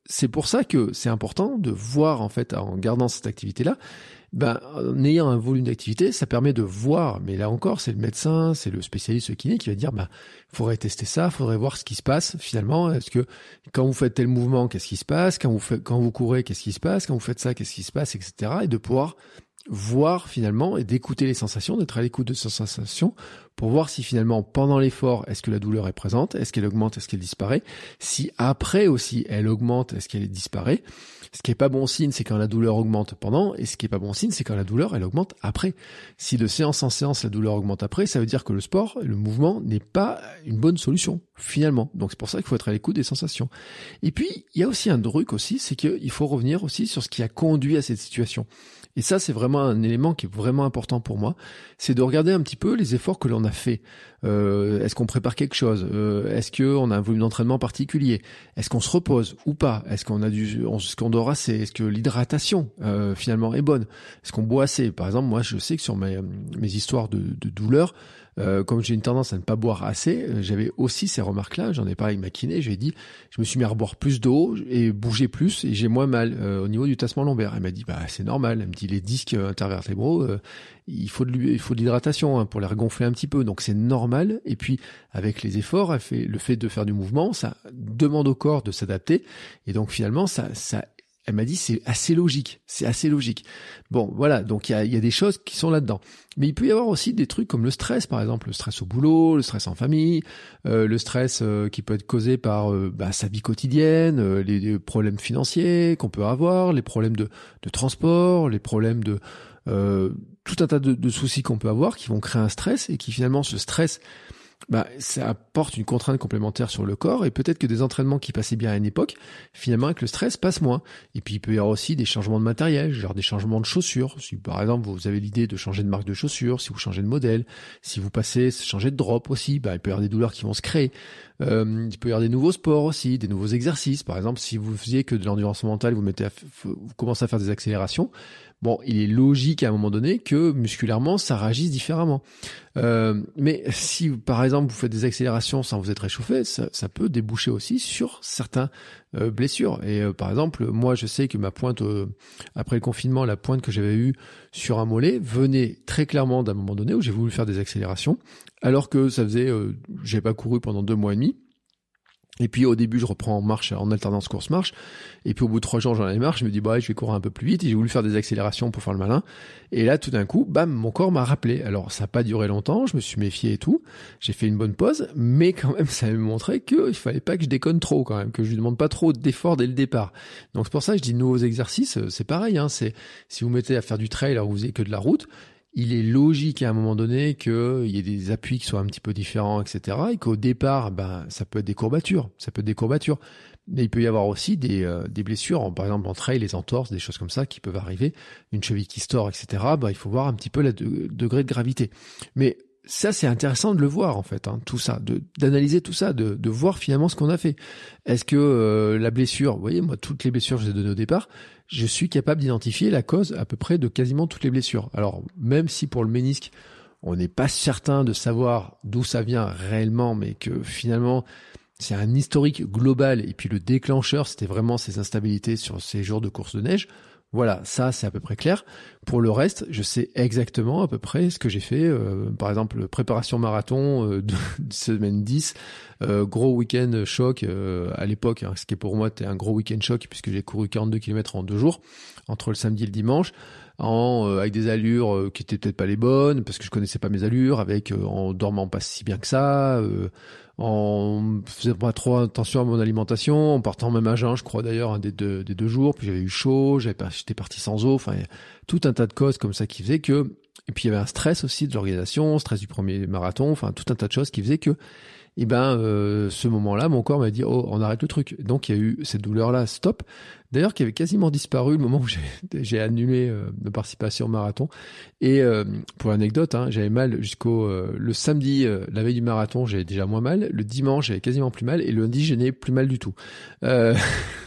c'est pour ça que c'est important de voir, en fait, en gardant cette activité-là, ben, en ayant un volume d'activité, ça permet de voir, mais là encore, c'est le médecin, c'est le spécialiste, le kiné qui va dire, ben, il faudrait tester ça, il faudrait voir ce qui se passe, finalement. Est-ce que, quand vous faites tel mouvement, qu'est-ce qui se passe? Quand vous faites, quand vous courez, qu'est-ce qui se passe? Quand vous faites ça, qu'est-ce qui se passe? Etc. Et de pouvoir voir, finalement, et d'écouter les sensations, d'être à l'écoute de ces sensations, pour voir si finalement, pendant l'effort, est-ce que la douleur est présente? Est-ce qu'elle augmente? Est-ce qu'elle disparaît? Si après aussi, elle augmente, est-ce qu'elle disparaît? Ce qui est pas bon signe, c'est quand la douleur augmente pendant, et ce qui est pas bon signe, c'est quand la douleur, elle augmente après. Si de séance en séance, la douleur augmente après, ça veut dire que le sport, le mouvement n'est pas une bonne solution, finalement. Donc c'est pour ça qu'il faut être à l'écoute des sensations. Et puis, il y a aussi un truc aussi, c'est qu'il faut revenir aussi sur ce qui a conduit à cette situation. Et ça, c'est vraiment un élément qui est vraiment important pour moi, c'est de regarder un petit peu les efforts que l'on a fait. Euh, est-ce qu'on prépare quelque chose? euh, Est-ce qu'on a un volume d'entraînement particulier? Est-ce qu'on se repose ou pas? Est-ce qu'on a du, est-ce qu'on dort assez? Est-ce que l'hydratation euh, finalement est bonne? Est-ce qu'on boit assez? Par exemple, moi, je sais que sur mes, mes histoires de, de douleur, Euh, comme j'ai une tendance à ne pas boire assez, euh, j'avais aussi ces remarques-là. J'en ai parlé avec ma kiné, je lui ai dit, je me suis mis à reboire plus d'eau et bouger plus et j'ai moins mal euh, au niveau du tassement lombaire. Elle m'a dit, bah c'est normal. Elle me dit, les disques intervertébraux, euh, il faut de l'hu- il faut de l'hydratation hein, pour les regonfler un petit peu, donc c'est normal. Et puis avec les efforts, elle fait, le fait de faire du mouvement, ça demande au corps de s'adapter et donc finalement ça ça elle m'a dit c'est assez logique, c'est assez logique. Bon, voilà, donc il y a, y a des choses qui sont là-dedans. Mais il peut y avoir aussi des trucs comme le stress, par exemple, le stress au boulot, le stress en famille, euh, le stress euh, qui peut être causé par euh, bah, sa vie quotidienne, euh, les, les problèmes financiers qu'on peut avoir, les problèmes de, de transport, les problèmes de... Euh, tout un tas de, de soucis qu'on peut avoir qui vont créer un stress et qui finalement, ce stress... Bah, ça apporte une contrainte complémentaire sur le corps et peut-être que des entraînements qui passaient bien à une époque, finalement avec le stress passe moins. Et puis il peut y avoir aussi des changements de matériel, genre des changements de chaussures. Si par exemple vous avez l'idée de changer de marque de chaussures, si vous changez de modèle, si vous passez changer de drop aussi, bah il peut y avoir des douleurs qui vont se créer. Euh, il peut y avoir des nouveaux sports aussi, des nouveaux exercices. Par exemple, si vous faisiez que de l'endurance mentale, vous mettez, à, vous commencez à faire des accélérations. Bon, il est logique à un moment donné que musculairement, ça réagisse différemment. Euh, mais si, par exemple, vous faites des accélérations sans vous être réchauffé, ça, ça peut déboucher aussi sur certaines euh, blessures. Et euh, par exemple, moi, je sais que ma pointe, euh, après le confinement, la pointe que j'avais eue sur un mollet venait très clairement d'un moment donné où j'ai voulu faire des accélérations, alors que ça faisait, euh, j'ai pas couru pendant deux mois et demi. Et puis au début, je reprends en marche, en alternance course-marche. Et puis au bout de trois jours, j'en avais marre. Je me dis, bah, je vais courir un peu plus vite. Et j'ai voulu faire des accélérations pour faire le malin. Et là, tout d'un coup, bam, mon corps m'a rappelé. Alors, ça n'a pas duré longtemps. Je me suis méfié et tout. J'ai fait une bonne pause. Mais quand même, ça m'a montré qu'il fallait pas que je déconne trop quand même, que je lui demande pas trop d'efforts dès le départ. Donc c'est pour ça que je dis nouveaux exercices. C'est pareil, hein. C'est, si vous mettez à faire du trail alors que vous faisiez que de la route, il est logique à un moment donné qu'il y ait des appuis qui soient un petit peu différents, et cetera. Et qu'au départ, ben, ça peut être des courbatures. Ça peut être des courbatures. Mais il peut y avoir aussi des, euh, des blessures. Par exemple, en trail, les entorses, des choses comme ça qui peuvent arriver. Une cheville qui se tord, et cetera. Ben, il faut voir un petit peu le de, degré de gravité. Mais ça, c'est intéressant de le voir, en fait, hein, tout ça, de, d'analyser tout ça, de, de voir finalement ce qu'on a fait. Est-ce que euh, la blessure, vous voyez, moi, toutes les blessures que je vous ai données au départ, je suis capable d'identifier la cause à peu près de quasiment toutes les blessures. Alors, même si pour le ménisque, on n'est pas certain de savoir d'où ça vient réellement, mais que finalement, c'est un historique global, et puis le déclencheur, c'était vraiment ces instabilités sur ces jours de course de neige. Voilà, ça c'est à peu près clair. Pour le reste, je sais exactement à peu près ce que j'ai fait. Euh, par exemple, préparation marathon euh, de, de semaine dix, euh, gros week-end choc euh, à l'époque, hein, ce qui est pour moi était un gros week-end choc puisque j'ai couru quarante-deux kilomètres en deux jours, entre le samedi et le dimanche, en euh, avec des allures euh, qui étaient peut-être pas les bonnes parce que je connaissais pas mes allures, avec euh, en dormant pas si bien que ça. Euh, en faisant pas trop attention à mon alimentation, en partant même à jeun, je crois d'ailleurs, un des deux, des deux jours, puis j'avais eu chaud, j'avais pas, j'étais parti sans eau, enfin, tout un tas de causes comme ça qui faisaient que, et puis il y avait un stress aussi de l'organisation, stress du premier marathon, enfin, tout un tas de choses qui faisaient que, et ben, euh, ce moment-là, mon corps m'a dit, oh, on arrête le truc. Donc, il y a eu cette douleur-là, stop. D'ailleurs, qui avait quasiment disparu le moment où j'ai, j'ai annulé euh, ma participation au marathon. Et euh, pour l'anecdote, hein, j'avais mal jusqu'au euh, le samedi, euh, la veille du marathon, j'avais déjà moins mal. Le dimanche, j'avais quasiment plus mal. Et le lundi, je n'ai plus mal du tout. Euh,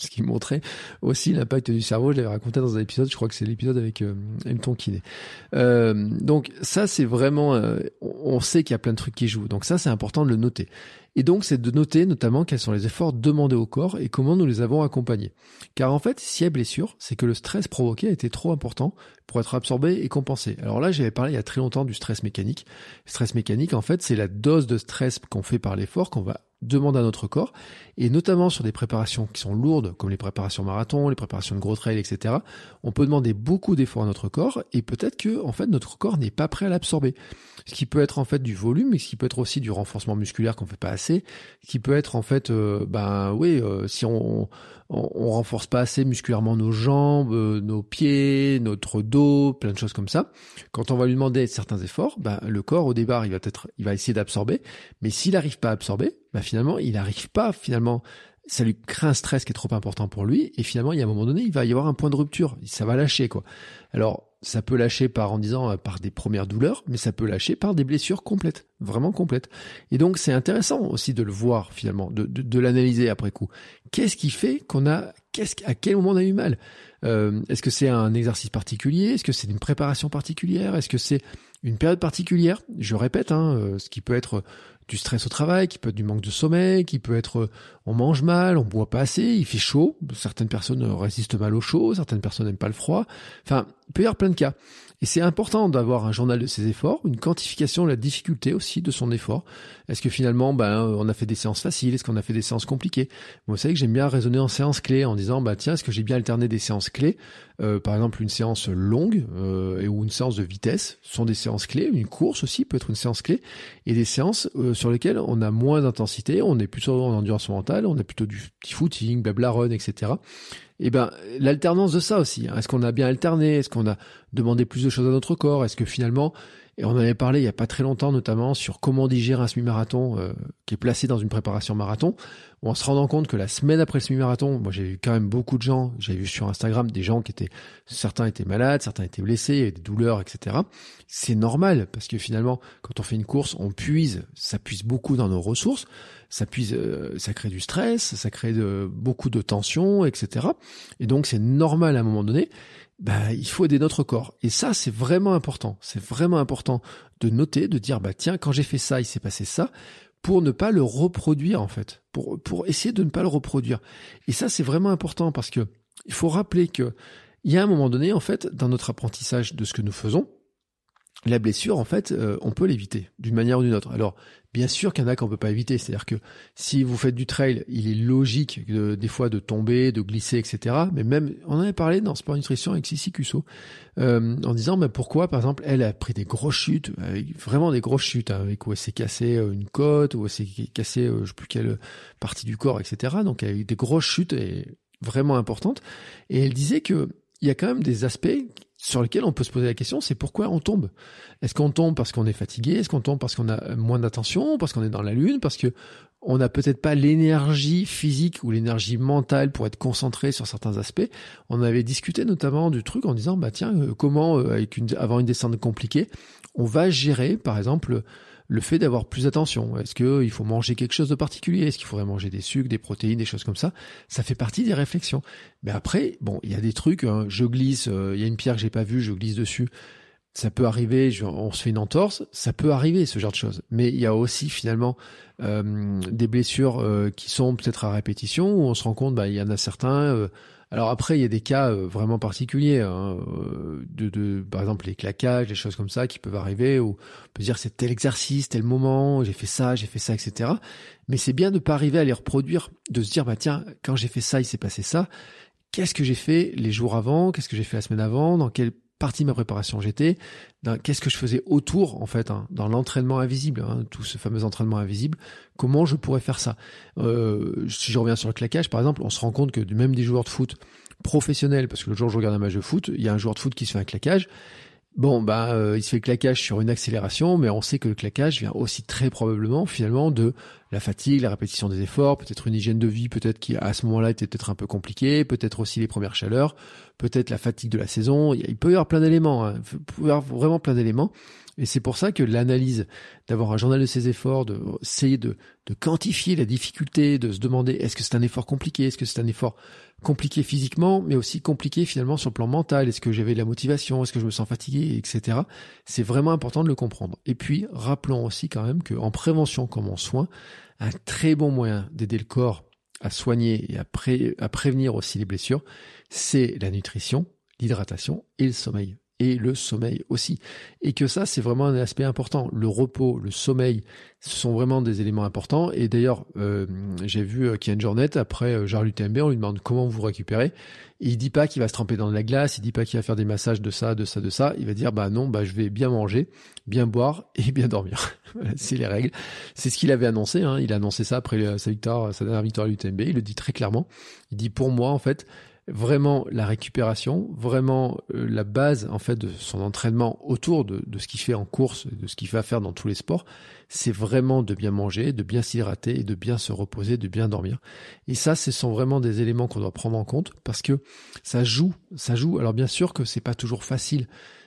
ce qui montrait aussi l'impact du cerveau. Je l'avais raconté dans un épisode, je crois que c'est l'épisode avec euh, Hamilton Kiné. Euh, donc ça, c'est vraiment, euh, on sait qu'il y a plein de trucs qui jouent. Donc ça, c'est important de le noter. Et donc, c'est de noter notamment quels sont les efforts demandés au corps et comment nous les avons accompagnés. Car en fait, s'il y a blessure, c'est que le stress provoqué a été trop important pour être absorbé et compensé. Alors là, j'avais parlé il y a très longtemps du stress mécanique. Le stress mécanique, en fait, c'est la dose de stress qu'on fait par l'effort, qu'on va demander à notre corps, et notamment sur des préparations qui sont lourdes, comme les préparations marathon, les préparations de gros trail, et cetera. On peut demander beaucoup d'efforts à notre corps, et peut-être que, en fait, notre corps n'est pas prêt à l'absorber. Ce qui peut être en fait du volume, mais ce qui peut être aussi du renforcement musculaire qu'on fait pas assez, ce qui peut être en fait, euh, ben oui, euh, si on, on on renforce pas assez musculairement nos jambes, euh, nos pieds, notre dos, plein de choses comme ça. Quand on va lui demander certains efforts, ben le corps au départ il va peut-être, il va essayer d'absorber, mais s'il n'arrive pas à absorber, ben finalement il n'arrive pas finalement. Ça lui crée un stress qui est trop important pour lui, et finalement, il y a un moment donné, il va y avoir un point de rupture. Ça va lâcher, quoi. Alors, ça peut lâcher par, en disant, euh, par des premières douleurs, mais ça peut lâcher par des blessures complètes, vraiment complètes. Et donc, c'est intéressant aussi de le voir, finalement, de, de, de l'analyser après coup. Qu'est-ce qui fait qu'on a, qu'est-ce, à quel moment on a eu mal? Euh, est-ce que c'est un exercice particulier? Est-ce que c'est une préparation particulière? Est-ce que c'est une période particulière? Je répète, hein, euh, ce qui peut être du stress au travail, qui peut être du manque de sommeil, qui peut être euh, on mange mal, on boit pas assez, il fait chaud, certaines personnes résistent mal au chaud, certaines personnes n'aiment pas le froid, enfin, il peut y avoir plein de cas. Et c'est important d'avoir un journal de ses efforts, une quantification de la difficulté aussi de son effort. Est-ce que finalement, ben, on a fait des séances faciles? Est-ce qu'on a fait des séances compliquées? Vous savez que j'aime bien raisonner en séances clés en disant, bah tiens, est-ce que j'ai bien alterné des séances clés? Euh, par exemple, une séance longue euh, et ou une séance de vitesse sont des séances clés. Une course aussi peut être une séance clé. Et des séances euh, sur lesquelles on a moins d'intensité, on est plutôt en endurance mentale, on a plutôt du petit footing, blabla run, et cetera. Et ben l'alternance de ça aussi. Hein. Est-ce qu'on a bien alterné? Est-ce qu'on a demandé plus de choses à notre corps? Est-ce que finalement, et on en avait parlé il y a pas très longtemps notamment sur comment digérer un semi-marathon euh, qui est placé dans une préparation marathon, où on se rendant compte que la semaine après le semi-marathon, moi j'ai vu quand même beaucoup de gens, j'ai vu sur Instagram des gens qui étaient, certains étaient malades, certains étaient blessés, il y avait des douleurs, et cetera. C'est normal parce que finalement, quand on fait une course, on puise, ça puise beaucoup dans nos ressources, ça puise, euh, ça crée du stress, ça crée de, beaucoup de tension, et cetera. Et donc c'est normal à un moment donné. Bah, il faut aider notre corps. Et ça, c'est vraiment important. C'est vraiment important de noter, de dire, bah, tiens, quand j'ai fait ça, il s'est passé ça, pour ne pas le reproduire, en fait. Pour, pour essayer de ne pas le reproduire. Et ça, c'est vraiment important parce que il faut rappeler que il y a un moment donné, en fait, dans notre apprentissage de ce que nous faisons, la blessure, en fait, euh, on peut l'éviter d'une manière ou d'une autre. Alors, bien sûr qu'il y en a qu'on peut pas éviter. C'est-à-dire que si vous faites du trail, il est logique de, des fois de tomber, de glisser, et cetera. Mais même, on en avait parlé dans Sport Nutrition avec Sissi Cusso, euh, en disant, mais pourquoi, par exemple, elle a pris des grosses chutes, avec, vraiment des grosses chutes, hein, avec où elle s'est cassé une côte, où elle s'est cassé, euh, je sais plus quelle partie du corps, et cetera. Donc, elle a eu des grosses chutes et vraiment importantes. Et elle disait que il y a quand même des aspects sur lesquels on peut se poser la question, c'est pourquoi on tombe. Est-ce qu'on tombe parce qu'on est fatigué? Est-ce qu'on tombe parce qu'on a moins d'attention? Parce qu'on est dans la lune? Parce que on n'a peut-être pas l'énergie physique ou l'énergie mentale pour être concentré sur certains aspects. On avait discuté notamment du truc en disant, bah tiens, euh, comment, euh, avec une, avant une descente compliquée, on va gérer, par exemple, le fait d'avoir plus d'attention. Est-ce qu'il faut manger quelque chose de particulier? Est-ce qu'il faudrait manger des sucres, des protéines, des choses comme ça? Ça fait partie des réflexions. Mais après, bon, il y a des trucs, hein, je glisse, il euh, y a une pierre que j'ai pas vue, je glisse dessus. Ça peut arriver, je, on se fait une entorse, ça peut arriver, ce genre de choses. Mais il y a aussi finalement euh, des blessures euh, qui sont peut-être à répétition, où on se rend compte, bah, il y en a certains... Euh, alors après, il y a des cas euh, vraiment particuliers, hein, euh, de, de, par exemple les claquages, des choses comme ça qui peuvent arriver, où on peut dire c'est tel exercice, tel moment, j'ai fait ça, j'ai fait ça, et cetera. Mais c'est bien de pas arriver à les reproduire, de se dire, bah tiens, quand j'ai fait ça, il s'est passé ça. Qu'est-ce que j'ai fait les jours avant? Qu'est-ce que j'ai fait la semaine avant? Dans quelle partie de ma préparation j'étais, dans, qu'est-ce que je faisais autour en fait, hein, dans l'entraînement invisible, hein, tout ce fameux entraînement invisible, comment je pourrais faire ça. Euh, si je reviens sur le claquage par exemple, on se rend compte que même des joueurs de foot professionnels, parce que le jour où je regarde un match de foot, il y a un joueur de foot qui se fait un claquage, bon bah euh, il se fait le claquage sur une accélération, mais on sait que le claquage vient aussi très probablement finalement de la fatigue, la répétition des efforts, peut-être une hygiène de vie, peut-être qui à ce moment-là était peut-être un peu compliquée, peut-être aussi les premières chaleurs, peut-être la fatigue de la saison. Il peut y avoir plein d'éléments, hein. Il peut y avoir vraiment plein d'éléments. Et c'est pour ça que l'analyse, d'avoir un journal de ses efforts, de essayer de, de quantifier la difficulté, de se demander est-ce que c'est un effort compliqué, est-ce que c'est un effort compliqué physiquement, mais aussi compliqué finalement sur le plan mental, est-ce que j'avais de la motivation, est-ce que je me sens fatigué, et cetera. C'est vraiment important de le comprendre. Et puis, rappelons aussi quand même qu'en prévention comme en soins, un très bon moyen d'aider le corps à soigner et à, pré- à prévenir aussi les blessures, c'est la nutrition, l'hydratation et le sommeil. Et le sommeil aussi. Et que ça, c'est vraiment un aspect important. Le repos, le sommeil, ce sont vraiment des éléments importants. Et d'ailleurs, euh, j'ai vu Kian Jornet, après euh, Jarre l'U T M B, on lui demande comment vous récupérez. Et il dit pas qu'il va se tremper dans de la glace, il dit pas qu'il va faire des massages de ça, de ça, de ça. Il va dire, bah non, bah je vais bien manger, bien boire et bien dormir. Voilà, c'est les règles. C'est ce qu'il avait annoncé, hein. Il a annoncé ça après sa victoire, sa dernière victoire à l'U T M B. Il le dit très clairement. Il dit, pour moi, en fait, vraiment la récupération, vraiment euh, la base en fait de son entraînement autour de, de ce qu'il fait en course, de ce qu'il va faire dans tous les sports, c'est vraiment de bien manger, de bien s'hydrater et de bien se reposer, de bien dormir. Et ça, ce sont vraiment des éléments qu'on doit prendre en compte parce que ça joue, ça joue. Alors bien sûr que c'est pas toujours facile.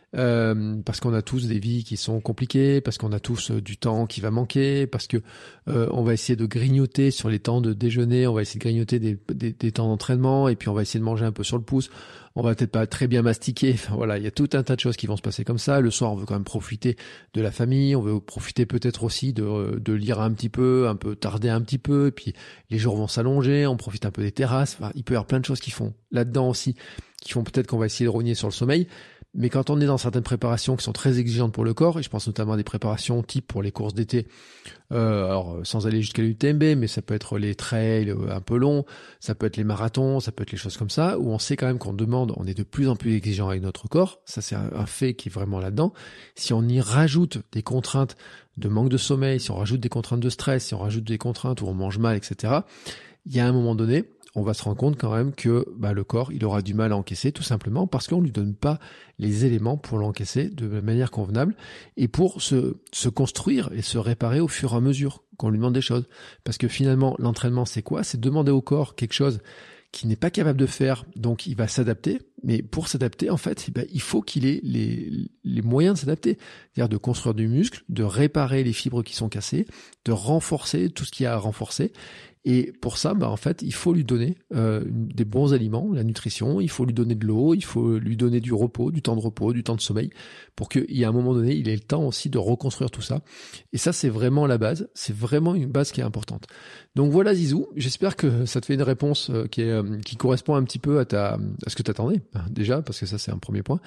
Euh, parce qu'on a tous des vies qui sont compliquées, parce qu'on a tous euh, du temps qui va manquer, parce que euh, on va essayer de grignoter sur les temps de déjeuner, on va essayer de grignoter des, des, des temps d'entraînement, et puis on va essayer de manger un peu sur le pouce. On va peut-être pas très bien mastiquer. Enfin voilà, il y a tout un tas de choses qui vont se passer comme ça. Le soir, on veut quand même profiter de la famille, on veut profiter peut-être aussi de, de lire un petit peu, un peu tarder un petit peu, et puis les jours vont s'allonger, on profite un peu des terrasses. Enfin, il peut y avoir plein de choses qui font là-dedans aussi, qui font peut-être qu'on va essayer de rogner sur le sommeil. Mais quand on est dans certaines préparations qui sont très exigeantes pour le corps, et je pense notamment à des préparations type pour les courses d'été, euh, alors sans aller jusqu'à l'U T M B, mais ça peut être les trails un peu longs, ça peut être les marathons, ça peut être les choses comme ça, où on sait quand même qu'on demande, on est de plus en plus exigeant avec notre corps, ça c'est un, un fait qui est vraiment là-dedans. Si on y rajoute des contraintes de manque de sommeil, si on rajoute des contraintes de stress, si on rajoute des contraintes où on mange mal, et cetera, il y a un moment donné, on va se rendre compte quand même que bah, le corps, il aura du mal à encaisser tout simplement parce qu'on lui donne pas les éléments pour l'encaisser de manière convenable et pour se, se construire et se réparer au fur et à mesure qu'on lui demande des choses. Parce que finalement, l'entraînement, c'est quoi ? C'est demander au corps quelque chose qu'il n'est pas capable de faire, donc il va s'adapter. Mais pour s'adapter, en fait, eh ben, il faut qu'il ait les, les moyens de s'adapter. C'est-à-dire de construire du muscle, de réparer les fibres qui sont cassées, de renforcer tout ce qu'il y a à renforcer. Et pour ça, bah, en fait, il faut lui donner euh, des bons aliments, la nutrition, il faut lui donner de l'eau, il faut lui donner du repos, du temps de repos, du temps de sommeil, pour qu'il y ait un moment donné, il ait le temps aussi de reconstruire tout ça. Et ça, c'est vraiment la base, c'est vraiment une base qui est importante. Donc voilà Zizou, j'espère que ça te fait une réponse qui, est, qui correspond un petit peu à, ta, à ce que tu attendais, déjà, parce que ça, c'est un premier point.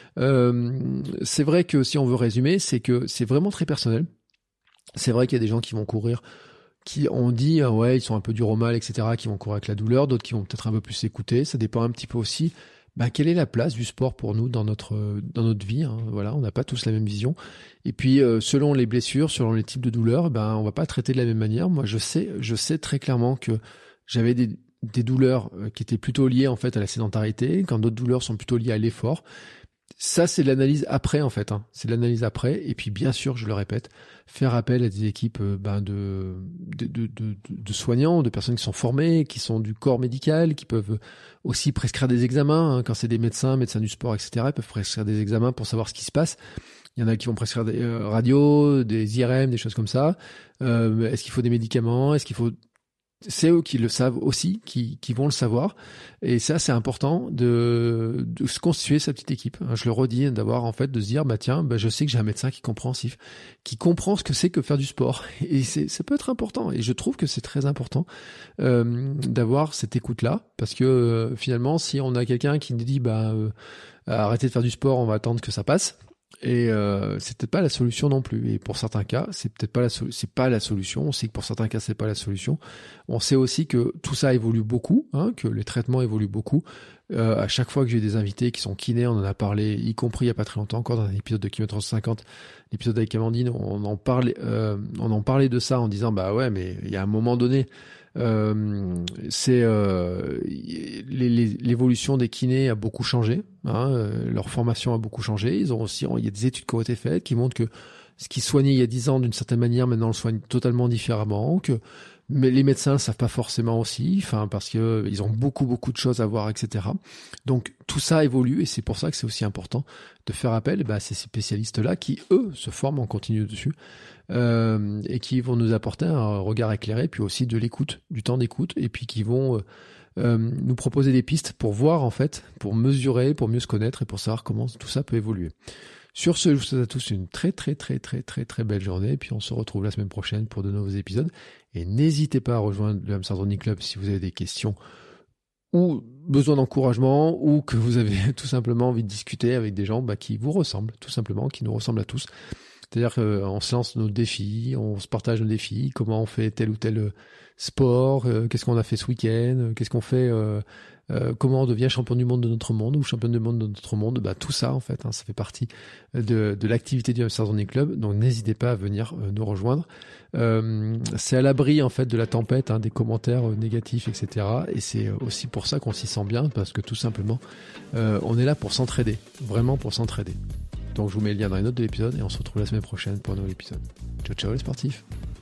Euh, c'est vrai que si on veut résumer, c'est que c'est vraiment très personnel. C'est vrai qu'il y a des gens qui vont courir qui ont dit euh, ouais ils sont un peu durs au mal, et cetera, qui vont courir avec la douleur, d'autres qui vont peut-être un peu plus s'écouter. Ça dépend un petit peu aussi bah, quelle est la place du sport pour nous dans notre euh, dans notre vie, hein. Voilà, on n'a pas tous la même vision. Et puis euh, selon les blessures, selon les types de douleurs, ben on va pas traiter de la même manière. Moi je sais je sais très clairement que j'avais des des douleurs qui étaient plutôt liées en fait à la sédentarité, quand d'autres douleurs sont plutôt liées à l'effort. Ça, c'est de l'analyse après, en fait. Hein. C'est de l'analyse après. Et puis, bien sûr, je le répète, faire appel à des équipes euh, ben, de, de, de, de, de soignants, de personnes qui sont formées, qui sont du corps médical, qui peuvent aussi prescrire des examens. Hein. Quand c'est des médecins, médecins du sport, et cetera, ils peuvent prescrire des examens pour savoir ce qui se passe. Il y en a qui vont prescrire des euh, radios, des I R M, des choses comme ça. Euh, est-ce qu'il faut des médicaments ? Est-ce qu'il faut... C'est eux qui le savent aussi, qui, qui vont le savoir. Et ça, c'est important de, de se constituer sa petite équipe. Je le redis, d'avoir en fait, de se dire, bah tiens, bah, je sais que j'ai un médecin qui est compréhensif, qui comprend ce que c'est que faire du sport. Et c'est, ça peut être important. Et je trouve que c'est très important euh, d'avoir cette écoute-là, parce que euh, finalement, si on a quelqu'un qui nous dit, bah euh, arrêtez de faire du sport, on va attendre que ça passe. Et euh, c'est peut-être pas la solution non plus. Et pour certains cas, c'est peut-être pas la so- c'est pas la solution. On sait que pour certains cas, c'est pas la solution. On sait aussi que tout ça évolue beaucoup, hein, que les traitements évoluent beaucoup. Euh, à chaque fois que j'ai des invités qui sont kinés, on en a parlé, y compris il y a pas très longtemps, encore dans un épisode de Kilomètre cinquante, l'épisode avec Amandine, on en parlait, euh, on en parlait de ça en disant bah ouais, mais il y a un moment donné. Euh, c'est euh, les, les, l'évolution des kinés a beaucoup changé, hein, euh, leur formation a beaucoup changé. Ils ont aussi, il y a des études qui ont été faites qui montrent que ce qui soignait il y a dix ans d'une certaine manière, maintenant on le soigne totalement différemment, que mais les médecins ne savent pas forcément aussi, enfin parce que euh, ils ont beaucoup beaucoup de choses à voir, et cetera. Donc tout ça évolue et c'est pour ça que c'est aussi important de faire appel bah, à ces spécialistes-là qui, eux, se forment en continu dessus euh, et qui vont nous apporter un regard éclairé, puis aussi de l'écoute, du temps d'écoute, et puis qui vont euh, euh, nous proposer des pistes pour voir en fait, pour mesurer, pour mieux se connaître et pour savoir comment tout ça peut évoluer. Sur ce, je vous souhaite à tous une très très très très très très belle journée, et puis on se retrouve la semaine prochaine pour de nouveaux épisodes. Et n'hésitez pas à rejoindre le Hamster Running Club si vous avez des questions ou besoin d'encouragement, ou que vous avez tout simplement envie de discuter avec des gens bah, qui vous ressemblent, tout simplement, qui nous ressemblent à tous. C'est-à-dire qu'on se lance nos défis, on se partage nos défis, comment on fait tel ou tel sport, euh, qu'est-ce qu'on a fait ce week-end, qu'est-ce qu'on fait, euh, euh, comment on devient champion du monde de notre monde ou championne du monde de notre monde. Bah, tout ça, en fait, hein, ça fait partie de, de l'activité du Hamster Running Club. Donc, n'hésitez pas à venir euh, nous rejoindre. Euh, c'est à l'abri, en fait, de la tempête, hein, des commentaires euh, négatifs, et cetera. Et c'est aussi pour ça qu'on s'y sent bien, parce que tout simplement, euh, on est là pour s'entraider, vraiment pour s'entraider. Donc je vous mets le lien dans les notes de l'épisode et on se retrouve la semaine prochaine pour un nouvel épisode. Ciao ciao les sportifs.